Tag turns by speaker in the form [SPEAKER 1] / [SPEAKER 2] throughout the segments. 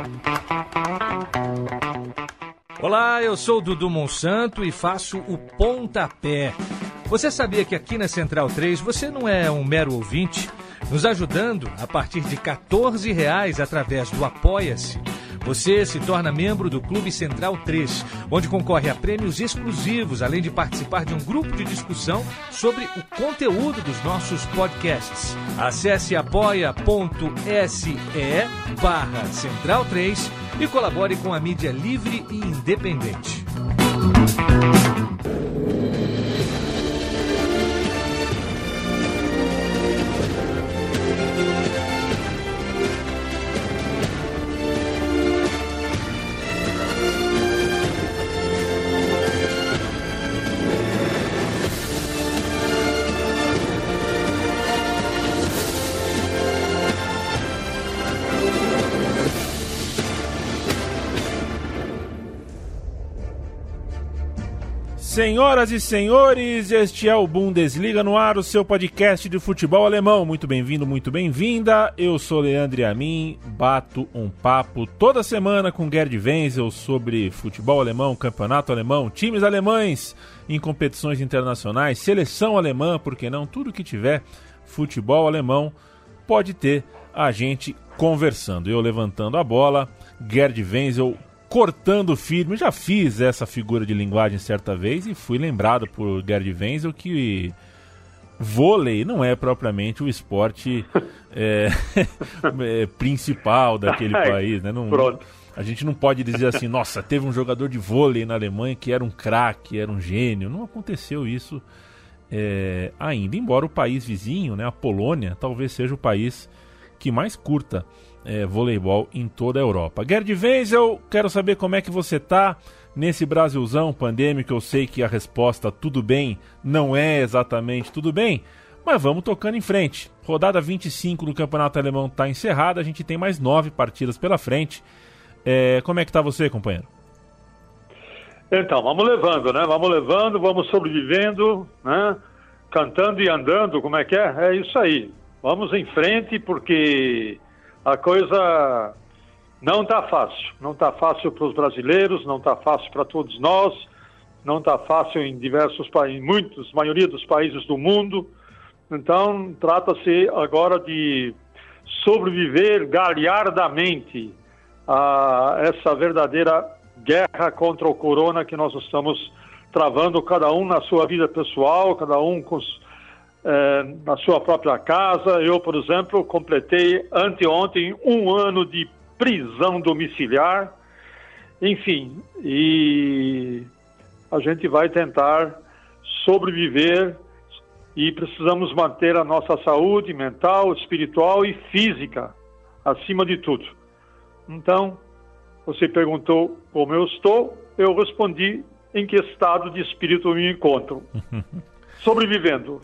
[SPEAKER 1] Olá, eu sou o Dudu Monsanto e faço o Pontapé. Você sabia que aqui na Central 3 você não é um mero ouvinte? Nos ajudando a partir de R$14 através do Apoia-se. Você se torna membro do Clube Central 3, onde concorre a prêmios exclusivos, além de participar de um grupo de discussão sobre o conteúdo dos nossos podcasts. Acesse apoia.se/Central 3 e colabore com a mídia livre e independente.
[SPEAKER 2] Senhoras e senhores, este é o Bundesliga no ar, o seu podcast de futebol alemão. Muito bem-vindo, muito bem-vinda. Eu sou Leandro Amin, bato um papo toda semana com Gerd Wenzel sobre futebol alemão, campeonato alemão, times alemães em competições internacionais, seleção alemã, por que não? Tudo que tiver futebol alemão pode ter a gente conversando. Eu levantando a bola, Gerd Wenzel cortando firme. Já fiz essa figura de linguagem certa vez e fui lembrado por Gerd Wenzel que vôlei não é propriamente o esporte principal daquele país, né? Não, a gente não pode dizer assim, nossa, teve um jogador de vôlei na Alemanha que era um craque, era um gênio. Não aconteceu isso ainda, embora o país vizinho, né, a Polônia, talvez seja o país que mais curta voleibol em toda a Europa. Gerd Wenzel, quero saber como é que você tá nesse Brasilzão pandêmico. Eu sei que a resposta tudo bem não é exatamente tudo bem, mas vamos tocando em frente. Rodada 25 do Campeonato Alemão está encerrada, a gente tem mais 9 partidas pela frente. Como é que tá você, companheiro?
[SPEAKER 3] Então, vamos levando, né? Vamos sobrevivendo, né? Cantando e andando, como é que é? É isso aí. Vamos em frente, porque a coisa não está fácil. Não está fácil para os brasileiros, não está fácil para todos nós, não está fácil em diversos países, maioria dos países do mundo. Então, trata-se agora de sobreviver galhardamente a essa verdadeira guerra contra o corona que nós estamos travando, cada um na sua vida pessoal, cada um na sua própria casa. Eu, por exemplo, completei anteontem 1 ano de prisão domiciliar. Enfim, e a gente vai tentar sobreviver e precisamos manter a nossa saúde mental, espiritual e física acima de tudo. Então, você perguntou como eu estou, eu respondi em que estado de espírito eu me encontro. Sobrevivendo.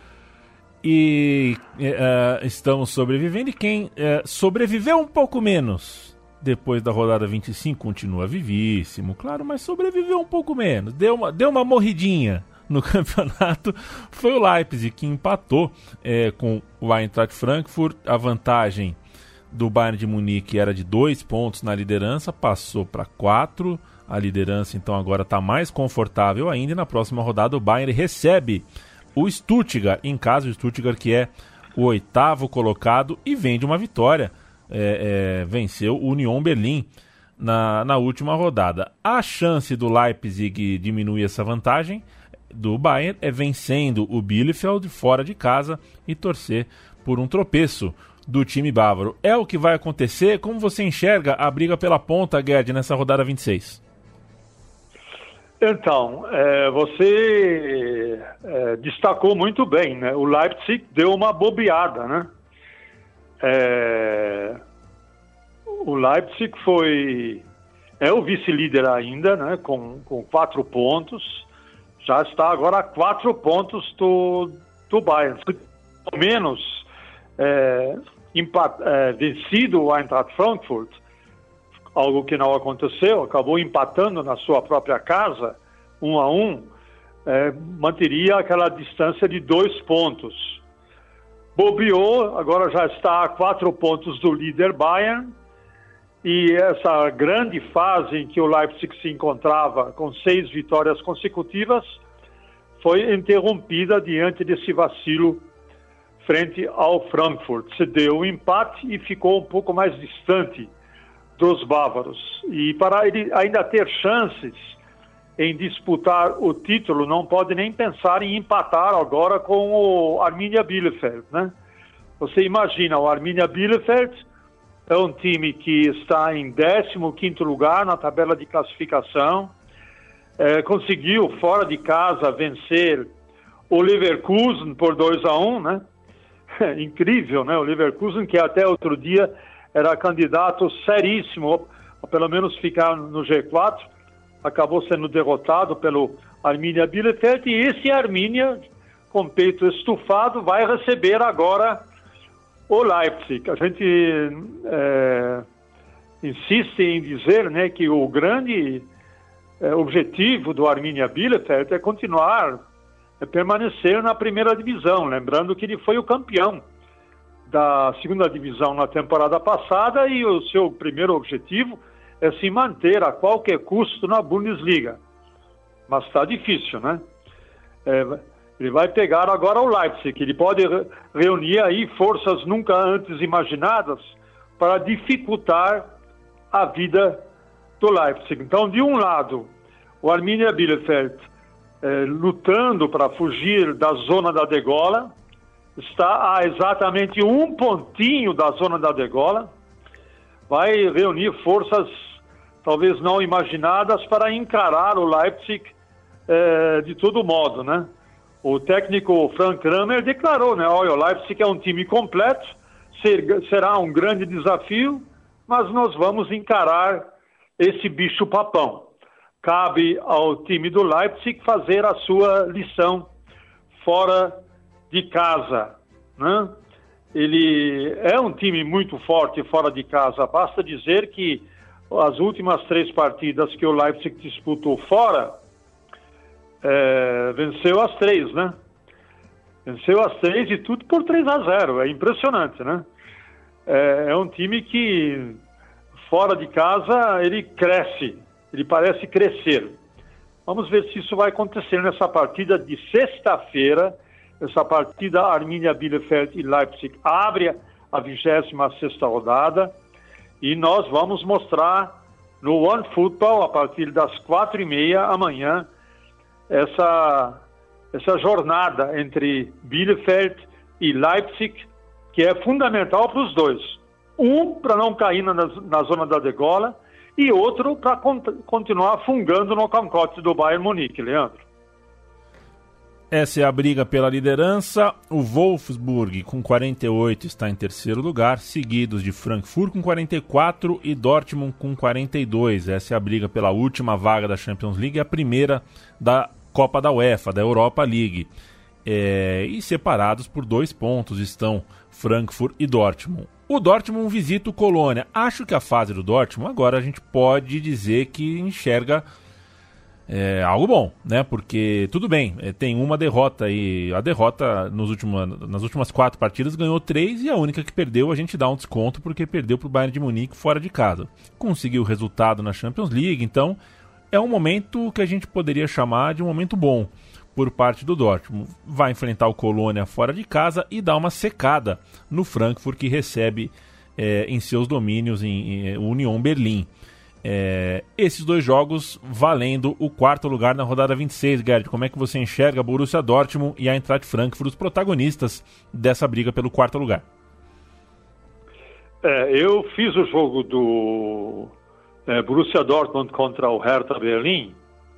[SPEAKER 2] E estamos sobrevivendo, e quem sobreviveu um pouco menos depois da rodada 25 continua vivíssimo, claro, mas sobreviveu um pouco menos, deu uma morridinha no campeonato, foi o Leipzig, que empatou com o Eintracht Frankfurt. A vantagem do Bayern de Munique era de 2 pontos na liderança, passou para 4, a liderança então agora está mais confortável ainda, e na próxima rodada o Bayern recebe o Stuttgart em casa, o Stuttgart que é o 8º colocado e vem de uma vitória, venceu o Union Berlin na última rodada. A chance do Leipzig diminuir essa vantagem do Bayern é vencendo o Bielefeld fora de casa e torcer por um tropeço do time bávaro. É o que vai acontecer? Como você enxerga a briga pela ponta, Gerd, nessa rodada 26?
[SPEAKER 3] Então, você destacou muito bem, né? O Leipzig deu uma bobeada, né? O Leipzig é o vice-líder ainda, né? Com 4 pontos, já está agora a 4 pontos do Bayern. Pelo menos vencido o Eintracht Frankfurt, algo que não aconteceu, acabou empatando na sua própria casa, 1-1, manteria aquela distância de 2 pontos. Bobeou, agora já está a 4 pontos do líder Bayern, e essa grande fase em que o Leipzig se encontrava com 6 vitórias consecutivas foi interrompida diante desse vacilo frente ao Frankfurt. Se deu um empate e ficou um pouco mais distante dos bávaros. E para ele ainda ter chances em disputar o título, não pode nem pensar em empatar agora com o Arminia Bielefeld, né? Você imagina, o Arminia Bielefeld é um time que está em 15º lugar na tabela de classificação, conseguiu fora de casa vencer o Leverkusen por 2-1, né? Incrível, né? O Leverkusen, que até outro dia era candidato seríssimo a pelo menos ficar no G4, acabou sendo derrotado pelo Arminia Bielefeld, e esse Arminia, com peito estufado, vai receber agora o Leipzig. A gente insiste em dizer, né, que o grande objetivo do Arminia Bielefeld é continuar, permanecer na primeira divisão, lembrando que ele foi o campeão da segunda divisão na temporada passada, e o seu primeiro objetivo é se manter a qualquer custo na Bundesliga. Mas está difícil, né? Ele vai pegar agora o Leipzig. Ele pode reunir aí forças nunca antes imaginadas para dificultar a vida do Leipzig. Então, de um lado, o Arminia Bielefeld lutando para fugir da zona da degola, está a exatamente um pontinho da zona da degola, vai reunir forças talvez não imaginadas para encarar o Leipzig de todo modo, né? O técnico Frank Kramer declarou, né? Olha, o Leipzig é um time completo, será um grande desafio, mas nós vamos encarar esse bicho-papão. Cabe ao time do Leipzig fazer a sua lição fora de casa, né? Ele é um time muito forte fora de casa. Basta dizer que as últimas 3 partidas que o Leipzig disputou fora, venceu as 3, né? Venceu as 3 e tudo por 3-0. É impressionante, né? É um time que fora de casa ele cresce, ele parece crescer. Vamos ver se isso vai acontecer nessa partida de sexta-feira. Essa partida, Arminia Bielefeld e Leipzig, abre a 26ª rodada, e nós vamos mostrar no OneFootball, a partir das 4h30 amanhã, essa jornada entre Bielefeld e Leipzig, que é fundamental para os dois. Um, para não cair na zona da degola, e outro para continuar fungando no cangote do Bayern Munique, Leandro.
[SPEAKER 2] Essa é a briga pela liderança. O Wolfsburg, com 48, está em terceiro lugar, seguidos de Frankfurt com 44 e Dortmund com 42. Essa é a briga pela última vaga da Champions League, a primeira da Copa da UEFA, da Europa League. E separados por 2 pontos estão Frankfurt e Dortmund. O Dortmund visita o Colônia. Acho que a fase do Dortmund, agora a gente pode dizer que enxerga algo bom, né? Porque, tudo bem, tem uma derrota, e a derrota nas últimas 4 partidas ganhou 3, e a única que perdeu a gente dá um desconto porque perdeu para o Bayern de Munique fora de casa. Conseguiu o resultado na Champions League, então é um momento que a gente poderia chamar de um momento bom por parte do Dortmund. Vai enfrentar o Colônia fora de casa e dá uma secada no Frankfurt, que recebe em seus domínios em Union Berlim. Esses 2 jogos valendo o 4º lugar na rodada 26, Gerd. Como é que você enxerga Borussia Dortmund e a Eintracht Frankfurt, os protagonistas dessa briga pelo 4º lugar?
[SPEAKER 3] Eu fiz o jogo do Borussia Dortmund contra o Hertha Berlim,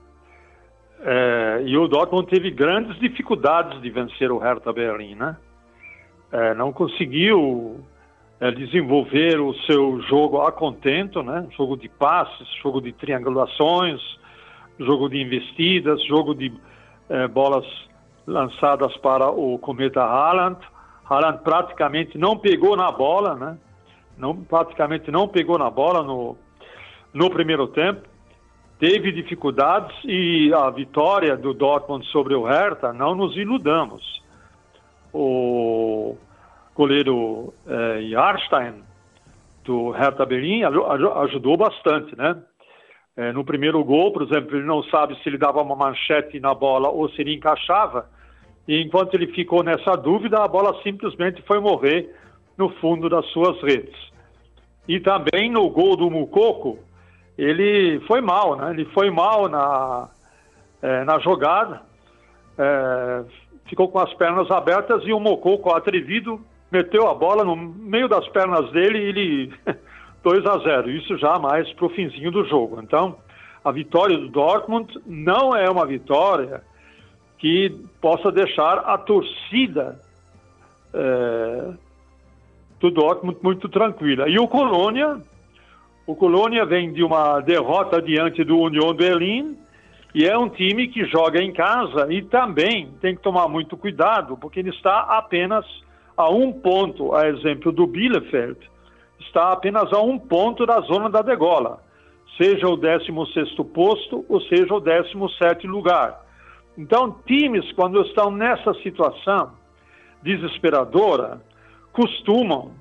[SPEAKER 3] e o Dortmund teve grandes dificuldades de vencer o Hertha Berlim, né? Não conseguiu desenvolver o seu jogo a contento, né? Jogo de passes, jogo de triangulações, jogo de investidas, jogo de bolas lançadas para o cometa Haaland. Haaland praticamente não pegou na bola, né? Praticamente não pegou na bola no primeiro tempo. Teve dificuldades, e a vitória do Dortmund sobre o Hertha, não nos iludamos. O goleiro Jahrstein do Hertha Berlim ajudou bastante, né? No primeiro gol, por exemplo, ele não sabe se ele dava uma manchete na bola ou se ele encaixava, e enquanto ele ficou nessa dúvida, a bola simplesmente foi morrer no fundo das suas redes. E também no gol do Moukoko, ele foi mal, né? Ele foi mal na jogada, ficou com as pernas abertas e o Moukoko, atrevido, meteu a bola no meio das pernas dele e ele 2-0. Isso já mais para o finzinho do jogo. Então, a vitória do Dortmund não é uma vitória que possa deixar a torcida do Dortmund muito tranquila. E o Colônia vem de uma derrota diante do Union Berlin, e é um time que joga em casa e também tem que tomar muito cuidado, porque ele está apenas a 1 ponto, a exemplo do Bielefeld, está apenas a 1 ponto da zona da degola, seja o 16º posto ou seja o 17º lugar. Então, times, quando estão nessa situação desesperadora, costumam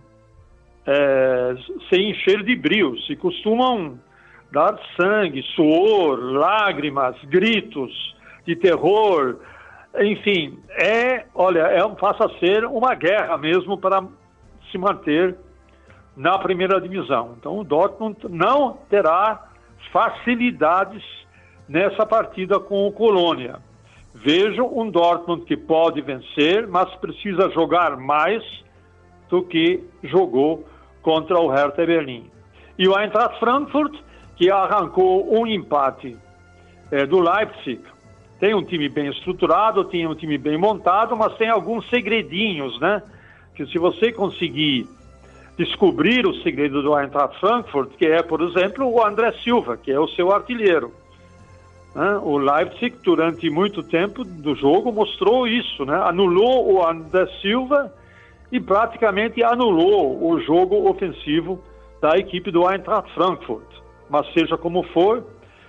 [SPEAKER 3] se encher de brios e costumam dar sangue, suor, lágrimas, gritos de terror, enfim, passa a ser uma guerra mesmo para se manter na primeira divisão. Então o Dortmund não terá facilidades nessa partida com o Colônia. Vejo um Dortmund que pode vencer, mas precisa jogar mais do que jogou contra o Hertha Berlim. E o Eintracht Frankfurt, que arrancou um empate do Leipzig, tem um time bem estruturado, tem um time bem montado, mas tem alguns segredinhos, né? Que se você conseguir descobrir o segredo do Eintracht Frankfurt, que é, por exemplo, o André Silva, que é o seu artilheiro, né? O Leipzig, durante muito tempo do jogo, mostrou isso, né? Anulou o André Silva e praticamente anulou o jogo ofensivo da equipe do Eintracht Frankfurt. Mas seja como for,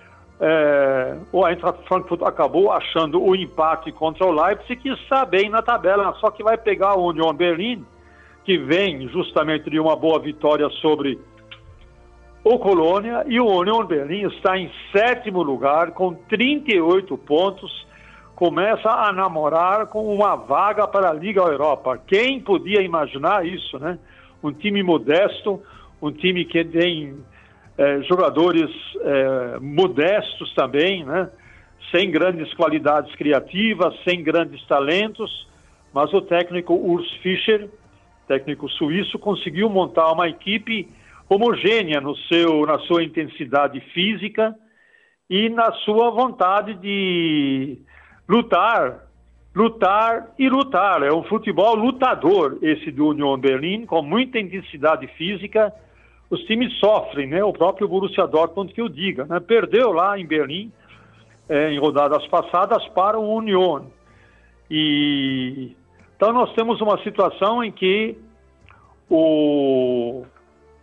[SPEAKER 3] o Eintracht Frankfurt acabou achando o empate contra o Leipzig, que está bem na tabela, só que vai pegar o Union Berlin, que vem justamente de uma boa vitória sobre o Colônia, e o Union Berlin está em 7º lugar, com 38 pontos, começa a namorar com uma vaga para a Liga Europa. Quem podia imaginar isso, né? Um time modesto, um time que tem jogadores modestos também, né? Sem grandes qualidades criativas, sem grandes talentos, mas o técnico Urs Fischer, técnico suíço, conseguiu montar uma equipe homogênea na sua intensidade física e na sua vontade de lutar. É um futebol lutador, esse do Union Berlin, com muita intensidade física. Os times sofrem, né? O próprio Borussia Dortmund, que eu diga, né? Perdeu lá em Berlim, em rodadas passadas, para o Union. Então nós temos uma situação em que o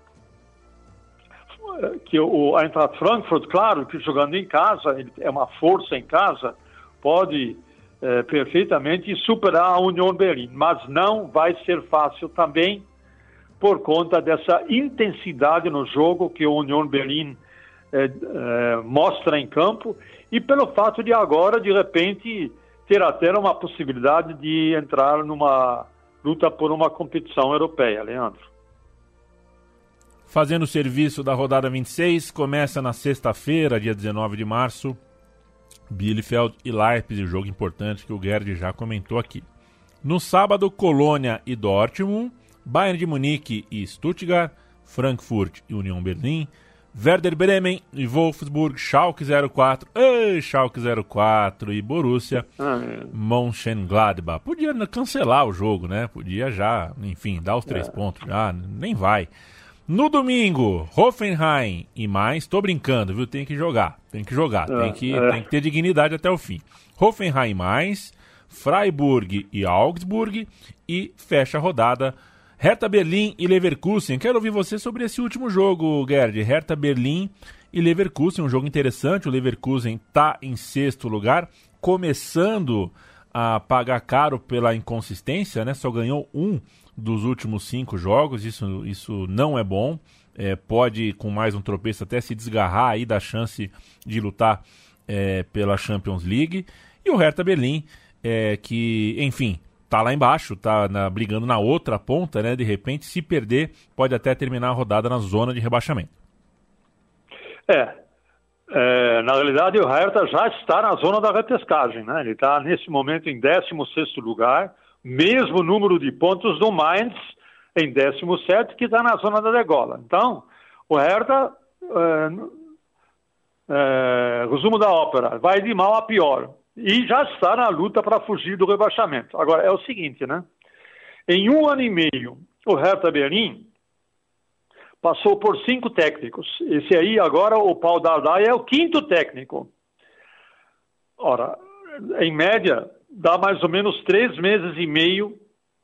[SPEAKER 3] Eintracht Frankfurt, claro, que jogando em casa, ele é uma força em casa, pode perfeitamente superar a Union Berlin, mas não vai ser fácil também, por conta dessa intensidade no jogo que o Union Berlin mostra em campo, e pelo fato de agora, de repente, ter até uma possibilidade de entrar numa luta por uma competição europeia, Leandro.
[SPEAKER 2] Fazendo o serviço da rodada 26, começa na sexta-feira, dia 19 de março, Bielefeld e Leipzig, jogo importante que o Gerd já comentou aqui. No sábado, Colônia e Dortmund, Bayern de Munique e Stuttgart, Frankfurt e Union Berlin, Werder Bremen e Wolfsburg, Schalke 04, Schalke 04 e Borussia Mönchengladbach. Podia cancelar o jogo, né? Podia já, enfim, dar os 3 pontos já, nem vai. No domingo, Hoffenheim e Mainz, tô brincando, viu? Tem que jogar, tem que ter dignidade até o fim. Hoffenheim e Mainz, Freiburg e Augsburg, e fecha a rodada Hertha Berlim e Leverkusen. Quero ouvir você sobre esse último jogo, Gerd. Hertha Berlim e Leverkusen, um jogo interessante. O Leverkusen está em 6º lugar, começando a pagar caro pela inconsistência, né? Só ganhou 1 dos últimos 5 jogos, isso não é bom. Pode, com mais um tropeço, até se desgarrar aí da chance de lutar pela Champions League. E o Hertha Berlim, que, enfim, tá lá embaixo, tá brigando na outra ponta, né? De repente, se perder, pode até terminar a rodada na zona de rebaixamento.
[SPEAKER 3] Na realidade, o Hertha já está na zona da repescagem, né? Ele está, nesse momento, em 16º lugar, mesmo número de pontos do Mainz, em 17º, que está na zona da degola. Então, o Hertha, resumo da ópera, vai de mal a pior. E já está na luta para fugir do rebaixamento. Agora, é o seguinte, né? Em 1 ano e meio, o Hertha Berlim passou por 5 técnicos. Esse aí, agora, o Paul Dardai é o 5º técnico. Ora, em média, dá mais ou menos 3 meses e meio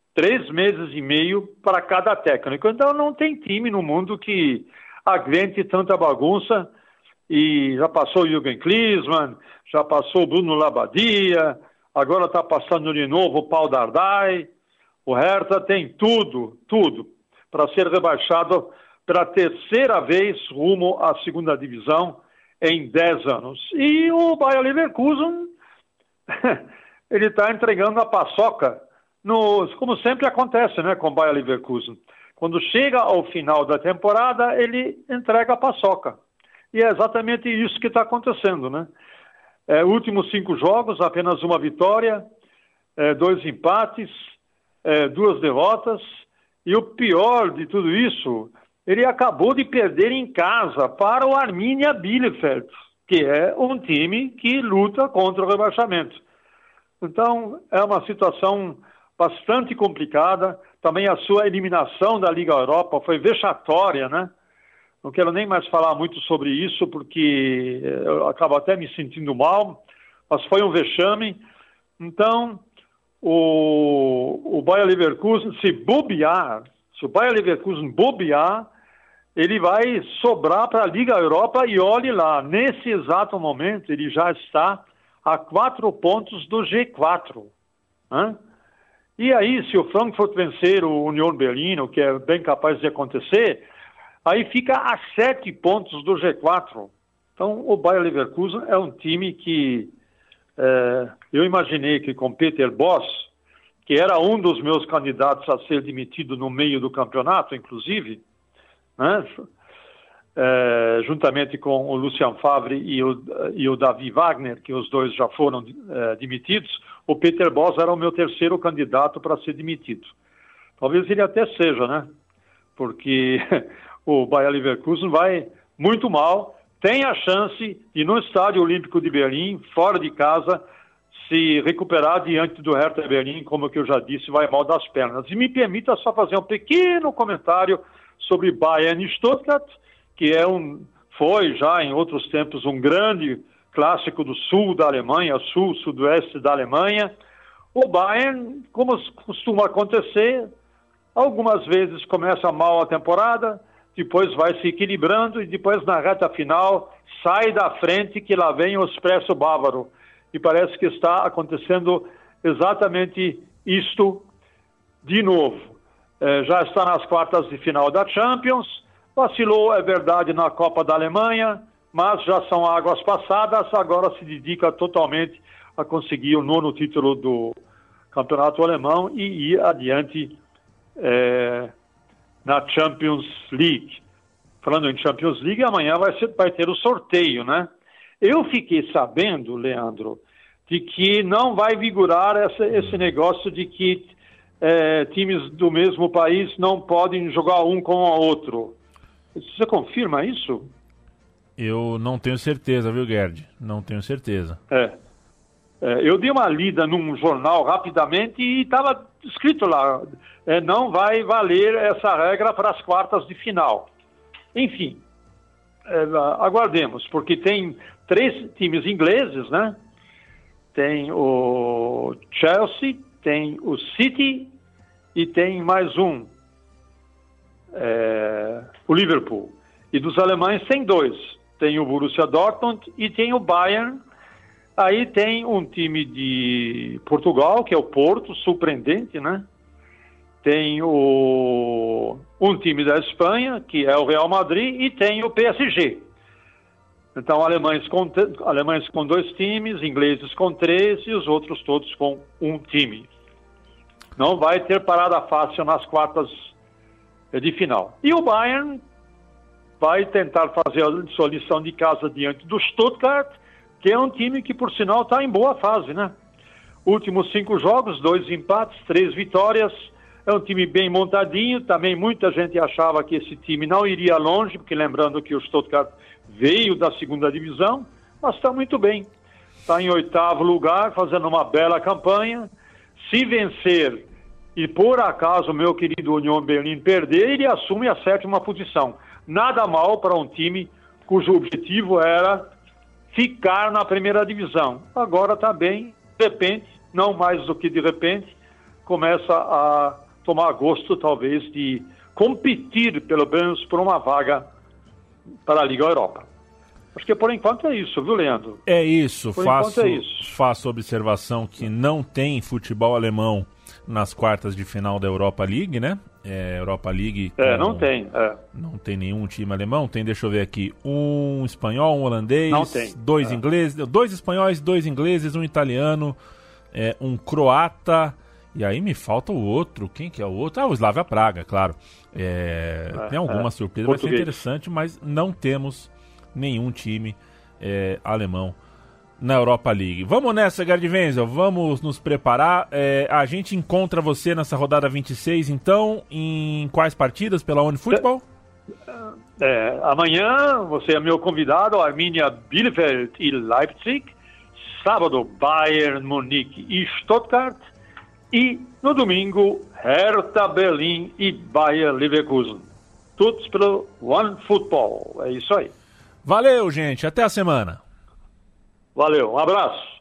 [SPEAKER 3] para cada técnico. Então, não tem time no mundo que aguente tanta bagunça. E já passou o Jürgen Klinsmann, já passou o Bruno Labbadia, agora está passando de novo o Paul Dardai. O Hertha tem tudo para ser rebaixado pela 3ª vez rumo à 2ª divisão em 10 anos. E o Bayer Leverkusen, ele está entregando a paçoca, como sempre acontece, né, com o Bayer Leverkusen. Quando chega ao final da temporada, ele entrega a paçoca. E é exatamente isso que está acontecendo, né? Últimos 5 jogos, apenas 1 vitória, 2 empates, 2 derrotas. E o pior de tudo isso, ele acabou de perder em casa para o Arminia Bielefeld, que é um time que luta contra o rebaixamento. Então, é uma situação bastante complicada. Também a sua eliminação da Liga Europa foi vexatória, né? Não quero nem mais falar muito sobre isso, porque eu acabo até me sentindo mal, mas foi um vexame. Então, o Bayer Leverkusen, se o Bayer Leverkusen bobear, ele vai sobrar para a Liga Europa e olhe lá, nesse exato momento, ele já está a 4 pontos do G4. Né? E aí, se o Frankfurt vencer o Union Berlin, o que é bem capaz de acontecer, aí fica a 7 pontos do G4. Então, o Bayer Leverkusen é um time que eu imaginei que com Peter Bosz, que era um dos meus candidatos a ser demitido no meio do campeonato, inclusive, né? Juntamente com o Lucien Favre e o Davi Wagner, que os dois já foram demitidos, o Peter Bosz era o meu 3º candidato para ser demitido. Talvez ele até seja, né? Porque o Bayer Leverkusen vai muito mal, tem a chance de, no Estádio Olímpico de Berlim, fora de casa, se recuperar diante do Hertha Berlim, como que eu já disse, vai mal das pernas. E me permita só fazer um pequeno comentário sobre Bayern Stuttgart, que foi já em outros tempos um grande clássico do sul da Alemanha, sudoeste da Alemanha. O Bayern, como costuma acontecer, algumas vezes começa mal a temporada, depois vai se equilibrando e depois na reta final sai da frente que lá vem o Expresso Bávaro. E parece que está acontecendo exatamente isto de novo. Já está nas quartas de final da Champions, vacilou, é verdade, na Copa da Alemanha, mas já são águas passadas, agora se dedica totalmente a conseguir o 9º título do Campeonato Alemão e ir adiante na Champions League. Falando em Champions League, amanhã vai ter o sorteio, né? Eu fiquei sabendo, Leandro, de que não vai vigorar esse negócio de que times do mesmo país não podem jogar um com o outro. Você confirma isso?
[SPEAKER 2] Eu não tenho certeza, viu, Gerd? Não tenho certeza.
[SPEAKER 3] Eu dei uma lida num jornal rapidamente e estava escrito lá, não vai valer essa regra para as quartas de final. Enfim, aguardemos, porque tem 3 times ingleses, né? Tem o Chelsea, tem o City e tem mais um, o Liverpool. E dos alemães tem 2. Tem o Borussia Dortmund e tem o Bayern. Aí tem um time de Portugal, que é o Porto, surpreendente, né? tem um time da Espanha, que é o Real Madrid, e tem o PSG. Então, alemães com 2 times, ingleses com 3 e os outros todos com 1 time. Não vai ter parada fácil nas quartas de final. E o Bayern vai tentar fazer a sua lição de casa diante do Stuttgart, que é um time que, por sinal, está em boa fase, né? Últimos 5 jogos, 2 empates, 3 vitórias. É um time bem montadinho. Também muita gente achava que esse time não iria longe, porque lembrando que o Stuttgart veio da 2ª divisão, mas está muito bem. Está em 8º lugar, fazendo uma bela campanha. Se vencer e por acaso o meu querido Union Berlin perder, ele assume a 7ª posição. Nada mal para um time cujo objetivo era ficar na 1ª divisão. Agora está bem, de repente, não mais do que de repente, começa a tomar gosto talvez de competir pelo menos por uma vaga para a Liga Europa. Acho que por enquanto é isso, viu, Leandro?
[SPEAKER 2] É isso.
[SPEAKER 3] É isso.
[SPEAKER 2] Faço observação que não tem futebol alemão nas quartas de final da Europa League, né? Europa League...
[SPEAKER 3] não tem.
[SPEAKER 2] Não tem nenhum time alemão. Tem, deixa eu ver aqui, um espanhol, um holandês,
[SPEAKER 3] não tem.
[SPEAKER 2] 2 ingleses, 2 espanhóis, 2 ingleses, um italiano, um croata... E aí me falta o outro. Quem que é o outro? O Slavia Praga, claro. Tem alguma surpresa, vai ser interessante, mas não temos nenhum time alemão na Europa League. Vamos nessa, Gerd Wenzel, vamos nos preparar. A gente encontra você nessa rodada 26, então, em quais partidas pela OneFootball?
[SPEAKER 3] Amanhã você é meu convidado, Arminia Bielefeld e Leipzig. Sábado, Bayern Munique e Stuttgart. E no domingo, Hertha Berlim e Bayer Leverkusen. Todos pelo OneFootball. É isso aí.
[SPEAKER 2] Valeu, gente. Até a semana.
[SPEAKER 3] Valeu. Um abraço.